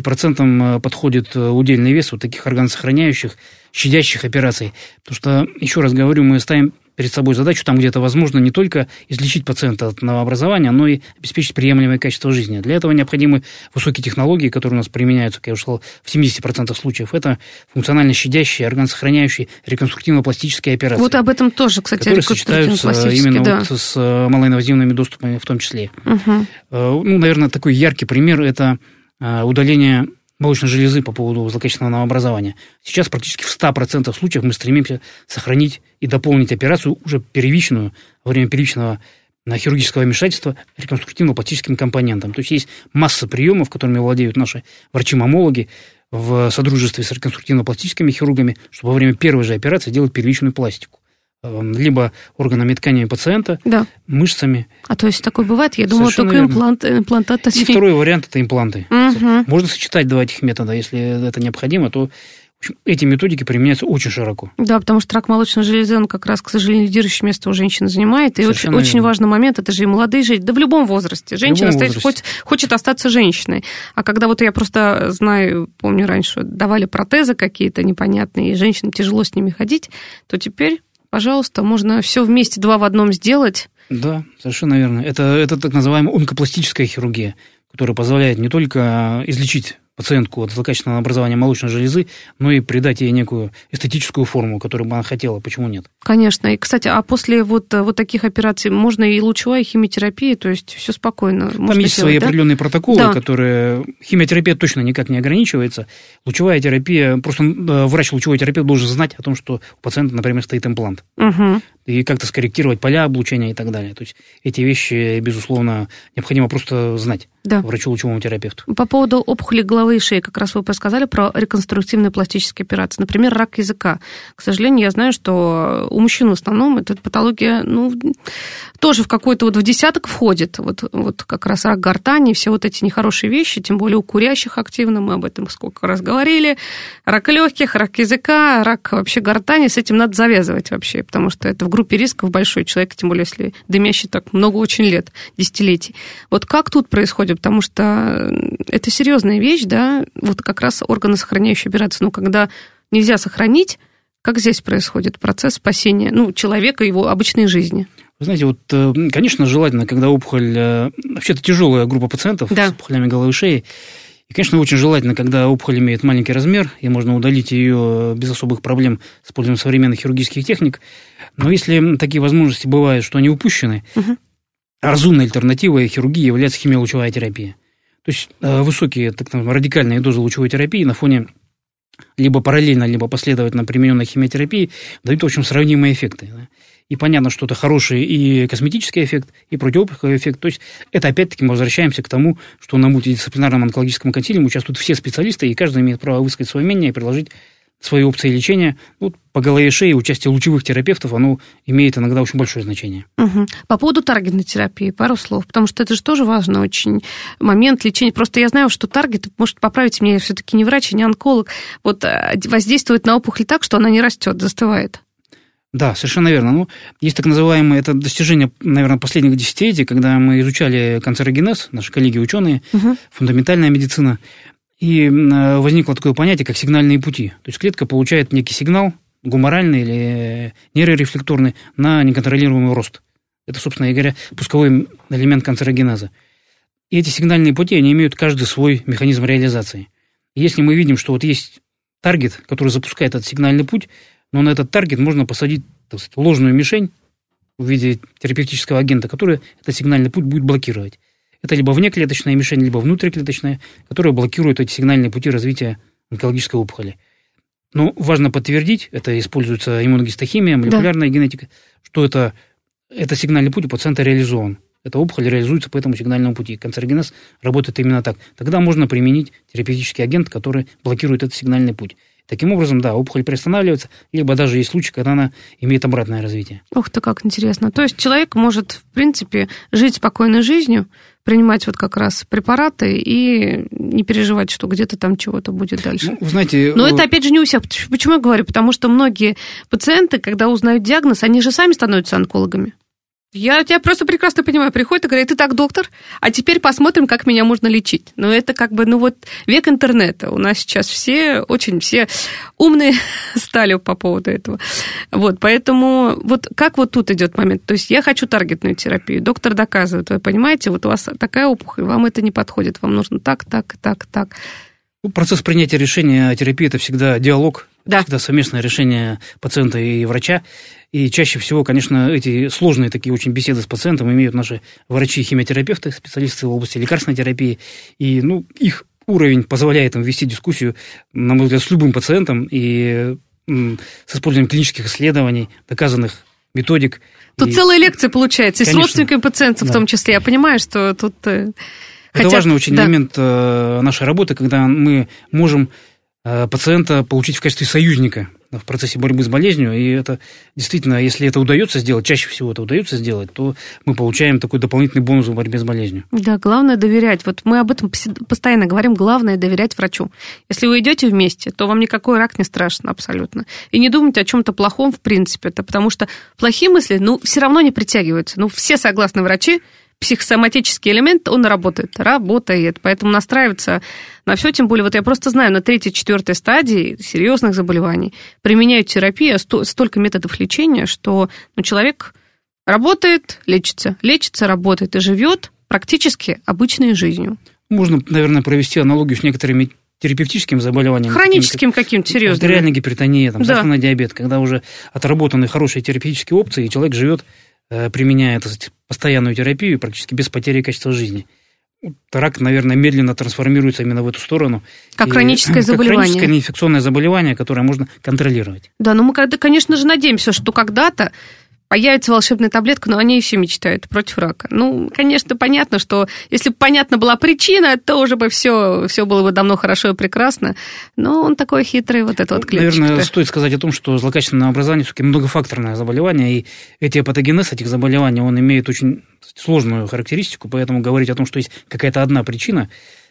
70% подходит удельный вес вот таких органосохраняющих, щадящих операций. Потому что, еще раз говорю, мы ставим перед собой задачу, там, где это возможно, не только излечить пациента от новообразования, но и обеспечить приемлемое качество жизни. Для этого необходимы высокие технологии, которые у нас применяются, как я уже сказал, в 70% случаев. Это функционально щадящие, органосохраняющие, реконструктивно-пластические операции. Вот об этом тоже, кстати, которые сочетаются именно да. Вот с малоинвазивными доступами в том числе. Наверное, такой яркий пример – это удаление молочной железы по поводу злокачественного новообразования. Сейчас практически в 100% случаев мы стремимся сохранить и дополнить операцию уже первичную, во время первичного хирургического вмешательства реконструктивно-пластическим компонентом. То есть есть масса приемов, которыми владеют наши врачи-маммологи в содружестве с реконструктивно-пластическими хирургами, чтобы во время первой же операции делать первичную пластику. Либо органами и тканями пациента, да, мышцами. А то есть такое бывает? Я думала, только имплантат. И второй вариант – это импланты. Угу. Можно сочетать два этих метода. Если это необходимо, то в общем, эти методики применяются очень широко. Да, потому что рак молочной железы, он как раз, к сожалению, лидирующее место у женщины занимает. И очень важный момент – это же и молодые женщины, да в любом возрасте. Женщина хочет остаться женщиной. А когда вот я просто знаю, помню раньше, давали протезы какие-то непонятные, и женщинам тяжело с ними ходить, то теперь... Пожалуйста, можно все вместе, два в одном сделать. Да, совершенно верно. Это так называемая онкопластическая хирургия, которая позволяет не только излечить пациентку от злокачественного образования молочной железы, но и придать ей некую эстетическую форму, которую бы она хотела. Почему нет? Конечно. И, кстати, а после вот таких операций можно и лучевая, и химиотерапия, то есть все спокойно. Там есть свои определенные протоколы, да, которые... Химиотерапия точно никак не ограничивается. Лучевая терапия... Просто врач лучевой терапии должен знать о том, что у пациента, например, стоит имплант. Угу. И как-то скорректировать поля облучения и так далее. То есть эти вещи, безусловно, необходимо просто знать, да, врачу-лучевому терапевту. По поводу опухоли головы и шеи, как раз вы подсказали про реконструктивные пластические операции. Например, рак языка. К сожалению, я знаю, что у мужчин в основном эта патология, тоже в какой-то в десяток входит. Вот как раз рак гортани, все вот эти нехорошие вещи, тем более у курящих активно, мы об этом сколько раз говорили. Рак легких, рак языка, рак вообще гортани, с этим надо завязывать вообще, потому что это в группе рисков большой человек, тем более если дымящий так много очень лет, десятилетий. Вот как тут происходит? Потому что это серьезная вещь, да, вот как раз органосохраняющая операция, когда нельзя сохранить, как здесь происходит процесс спасения человека, его обычной жизни? Вы знаете, конечно, желательно, когда опухоль, вообще это тяжелая группа пациентов, да, с опухолями головы и шеи, и, конечно, очень желательно, когда опухоль имеет маленький размер, и можно удалить ее без особых проблем с использованием современных хирургических техник, но если такие возможности бывают, что они упущены, разумной альтернативой хирургии является химиолучевая терапия. То есть высокие, так называемые, радикальные дозы лучевой терапии на фоне либо параллельно, либо последовательно примененной химиотерапии дают, в общем, сравнимые эффекты. Да? И понятно, что это хороший и косметический эффект, и противоопухолевый эффект. То есть это опять-таки мы возвращаемся к тому, что на мультидисциплинарном онкологическом консилиуме участвуют все специалисты, и каждый имеет право высказать свое мнение и предложить свои опции лечения. По голове и шее участие лучевых терапевтов, оно имеет иногда очень большое значение. Угу. По поводу таргетной терапии, пару слов, потому что это же тоже важный очень момент лечения. Просто я знаю, что таргет, может, поправить меня, я все-таки не врач и не онколог, воздействует на опухоль так, что она не растет, застывает. Да, совершенно верно. Ну, есть так называемое, это достижение, наверное, последних десятилетий, когда мы изучали канцерогенез, наши коллеги-ученые, фундаментальная медицина, и возникло такое понятие, как сигнальные пути. То есть клетка получает некий сигнал, гуморальный или нейрорефлекторный, на неконтролируемый рост. Это, собственно говоря, пусковой элемент канцерогенеза. И эти сигнальные пути, они имеют каждый свой механизм реализации. И если мы видим, что вот есть таргет, который запускает этот сигнальный путь, но на этот таргет можно посадить, так сказать, ложную мишень в виде терапевтического агента, который этот сигнальный путь будет блокировать. Это либо внеклеточная мишень, либо внутриклеточная, которая блокирует эти сигнальные пути развития онкологической опухоли. Но важно подтвердить, это используется иммуногистохимия, молекулярная генетика, что это сигнальный путь у пациента реализован. Эта опухоль реализуется по этому сигнальному пути. Канцерогенез работает именно так. Тогда можно применить терапевтический агент, который блокирует этот сигнальный путь. Таким образом, да, опухоль приостанавливается, либо даже есть случаи, когда она имеет обратное развитие. Ух ты, как интересно. То есть человек может, в принципе, жить спокойной жизнью, принимать вот как раз препараты и не переживать, что где-то там чего-то будет дальше. Ну, вы знаете, но это, опять же, не у всех. Почему я говорю? Потому что многие пациенты, когда узнают диагноз, они же сами становятся онкологами. Я тебя просто прекрасно понимаю. Приходит и говорит: ты так, доктор, а теперь посмотрим, как меня можно лечить. Но это как бы, век интернета. У нас сейчас все умные стали по поводу этого. Вот, поэтому вот как вот тут идет момент? То есть я хочу таргетную терапию. Доктор доказывает, вы понимаете, вот у вас такая опухоль, вам это не подходит, вам нужно так. Процесс принятия решения о терапии – это всегда диалог, всегда совместное решение пациента и врача. И чаще всего, конечно, эти сложные такие очень беседы с пациентом имеют наши врачи-химиотерапевты, специалисты в области лекарственной терапии. И их уровень позволяет им вести дискуссию, на мой взгляд, с любым пациентом и с использованием клинических исследований, доказанных методик. Тут целая лекция получается, и с родственниками пациентов в том числе. Я понимаю, что тут... Это важный очень элемент нашей работы, когда мы можем пациента получить в качестве союзника в процессе борьбы с болезнью. И это действительно, если это удается сделать, чаще всего это удается сделать, то мы получаем такой дополнительный бонус в борьбе с болезнью. Да, главное доверять. Вот мы об этом постоянно говорим. Главное доверять врачу. Если вы идете вместе, то вам никакой рак не страшен абсолютно. И не думайте о чем-то плохом в принципе. Это потому что плохие мысли, все равно не притягиваются. Все согласны врачи. Психосоматический элемент, он работает. Поэтому настраиваться на все, тем более, вот я просто знаю, на 3-4 стадии серьезных заболеваний применяют терапию, столько методов лечения, что человек работает, лечится, работает и живет практически обычной жизнью. Можно, наверное, провести аналогию с некоторыми терапевтическими заболеваниями. Хроническим каким-то серьезным. Артериальная гипертония, сахарный диабет, когда уже отработаны хорошие терапевтические опции, и человек живет, применяя постоянную терапию практически без потери качества жизни. Рак, наверное, медленно трансформируется именно в эту сторону. Как хроническое заболевание. Как хроническое неинфекционное заболевание, которое можно контролировать. Да, но мы, конечно же, надеемся, что когда-то появится волшебная таблетка, но они все мечтают против рака. Конечно, понятно, что если бы понятна была причина, то уже бы все было бы давно хорошо и прекрасно. Но он такой хитрый, вот эта вот клеточка. Наверное, стоит сказать о том, что злокачественное образование все-таки многофакторное заболевание, и этиопатогенез этих заболеваний, он имеет очень сложную характеристику, поэтому говорить о том, что есть какая-то одна причина,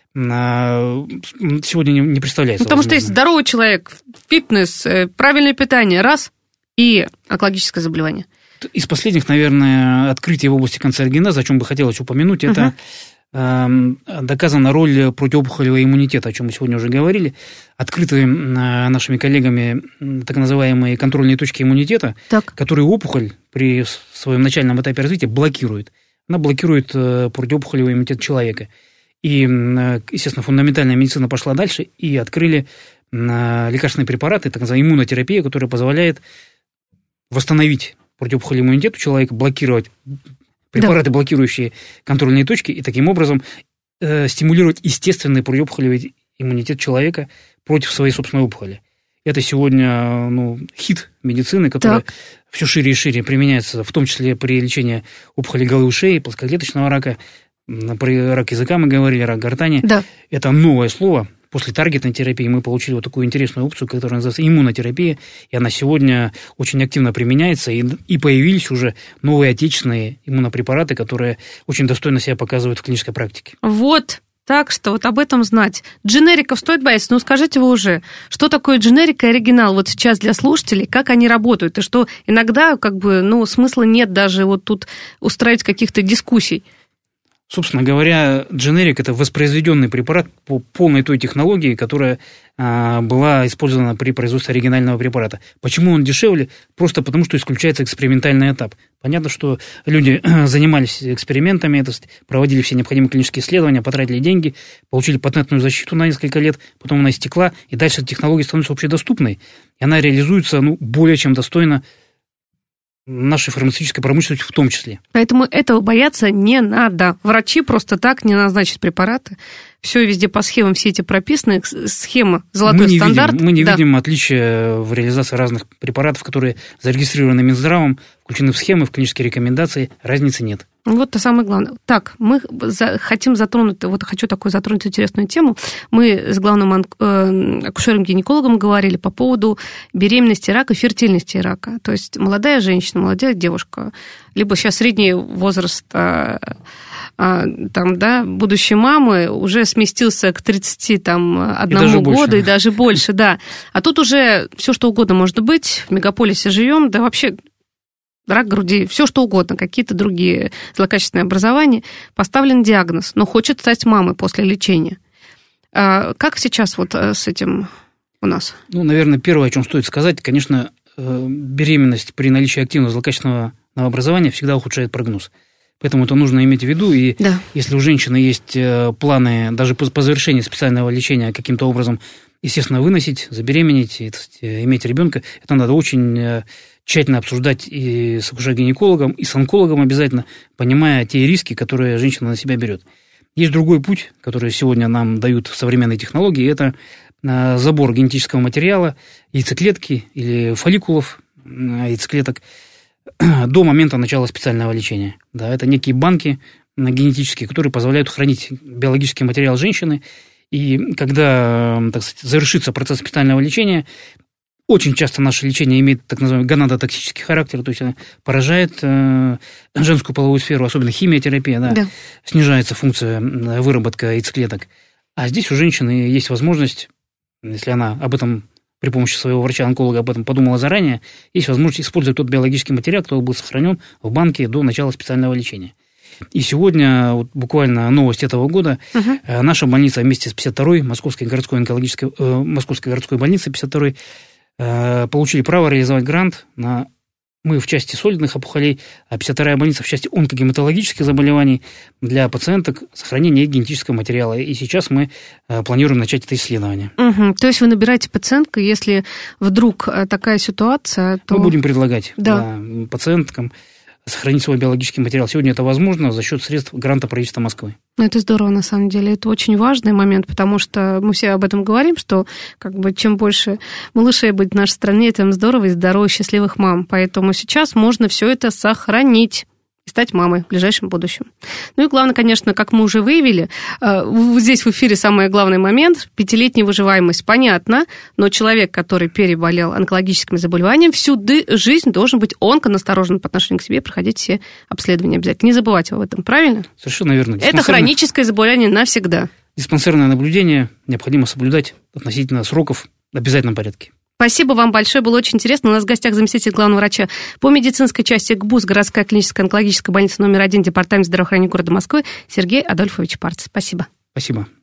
сегодня не представляется. Потому что есть здоровый человек, фитнес, правильное питание, и онкологическое заболевание. Из последних, наверное, открытий в области канцерогенеза, о чем бы хотелось упомянуть, это доказана роль противоопухолевого иммунитета, о чем мы сегодня уже говорили. Открыты нашими коллегами так называемые контрольные точки иммунитета, которые опухоль при своем начальном этапе развития блокирует. Она блокирует противоопухолевый иммунитет человека. И, естественно, фундаментальная медицина пошла дальше и открыли лекарственные препараты, так называемая иммунотерапия, которая позволяет восстановить противоопухолевый иммунитет у человека, блокировать препараты, блокирующие контрольные точки, и таким образом стимулировать естественный противоопухолевый иммунитет человека против своей собственной опухоли. Это сегодня хит медицины, который все шире и шире применяется, в том числе при лечении опухоли головы и шеи, плоскоклеточного рака, при раке языка мы говорили, рак гортани. Да. Это новое слово. После таргетной терапии мы получили вот такую интересную опцию, которая называется иммунотерапия, и она сегодня очень активно применяется, и появились уже новые отечественные иммунопрепараты, которые очень достойно себя показывают в клинической практике. Вот Так что вот об этом знать. Дженериков стоит бояться? Ну, скажите вы уже, что такое дженерик и оригинал вот сейчас для слушателей, как они работают, и что иногда смысла нет даже вот тут устраивать каких-то дискуссий. Собственно говоря, дженерик – это воспроизведенный препарат по полной той технологии, которая была использована при производстве оригинального препарата. Почему он дешевле? Просто потому, что исключается экспериментальный этап. Понятно, что люди занимались экспериментами, проводили все необходимые клинические исследования, потратили деньги, получили патентную защиту на несколько лет, потом она истекла, и дальше эта технология становится общедоступной, и она реализуется более чем достойно нашей фармацевтической промышленности в том числе. Поэтому этого бояться не надо. Врачи просто так не назначат препараты. Все везде по схемам, все эти прописаны. Схема, золотой стандарт. Мы не видим отличия в реализации разных препаратов, которые зарегистрированы Минздравом, включены в схемы, в клинические рекомендации. Разницы нет. Вот то самое главное. Так, мы хотим затронуть, хочу такую затронуть интересную тему. Мы с главным акушером-гинекологом говорили по поводу беременности рака, фертильности рака. То есть молодая женщина, молодая девушка, либо сейчас средний возраст будущей мамы уже сместился к 31 году и даже больше, да. А тут уже все что угодно может быть, в мегаполисе живем, да вообще рак груди, все что угодно, какие-то другие злокачественные образования, поставлен диагноз, но хочет стать мамой после лечения. Как сейчас с этим у нас? Наверное, первое, о чем стоит сказать, конечно, беременность при наличии активного злокачественного новообразования всегда ухудшает прогноз. Поэтому это нужно иметь в виду, и если у женщины есть планы даже по завершении специального лечения каким-то образом, естественно, выносить, забеременеть, иметь ребенка, это надо очень тщательно обсуждать и с акушером-гинекологом, и с онкологом обязательно, понимая те риски, которые женщина на себя берет. Есть другой путь, который сегодня нам дают современные технологии, это забор генетического материала, яйцеклетки или фолликулов яйцеклеток до момента начала специального лечения. Да, это некие банки генетические, которые позволяют хранить биологический материал женщины. И когда, завершится процесс специального лечения, очень часто наше лечение имеет так называемый гонадотоксический характер, то есть она поражает женскую половую сферу, особенно химиотерапия, снижается функция выработка яйцеклеток. А здесь у женщины есть возможность, если она об этом при помощи своего врача-онколога об этом подумала заранее, есть возможность использовать тот биологический материал, который был сохранен в банке до начала специального лечения. И сегодня, буквально новость этого года, наша больница вместе с 52-й Московской городской больницей 52-й получили право реализовать грант мы в части солидных опухолей, а 52-я больница в части онкогематологических заболеваний для пациенток сохранения генетического материала. И сейчас мы планируем начать это исследование. То есть вы набираете пациентку, если вдруг такая ситуация, то... Мы будем предлагать пациенткам сохранить свой биологический материал. Сегодня это возможно за счет средств гранта правительства Москвы. Это здорово, на самом деле. Это очень важный момент, потому что мы все об этом говорим, что чем больше малышей будет в нашей стране, тем здорово и здоровых, счастливых мам. Поэтому сейчас можно все это сохранить и стать мамой в ближайшем будущем. И главное, конечно, как мы уже выявили, здесь в эфире самый главный момент, 5-летняя выживаемость, понятно, но человек, который переболел онкологическими заболеваниями, всю жизнь должен быть онконасторожен по отношению к себе, проходить все обследования обязательно. Не забывайте об этом, правильно? Совершенно верно. Это хроническое заболевание навсегда. Диспансерное наблюдение необходимо соблюдать относительно сроков в обязательном порядке. Спасибо вам большое, было очень интересно. У нас в гостях заместитель главного врача по медицинской части ГБУС, городская клиническая онкологическая больница номер 1, департамент здравоохранения города Москвы Сергей Адольфович Парц. Спасибо. Спасибо.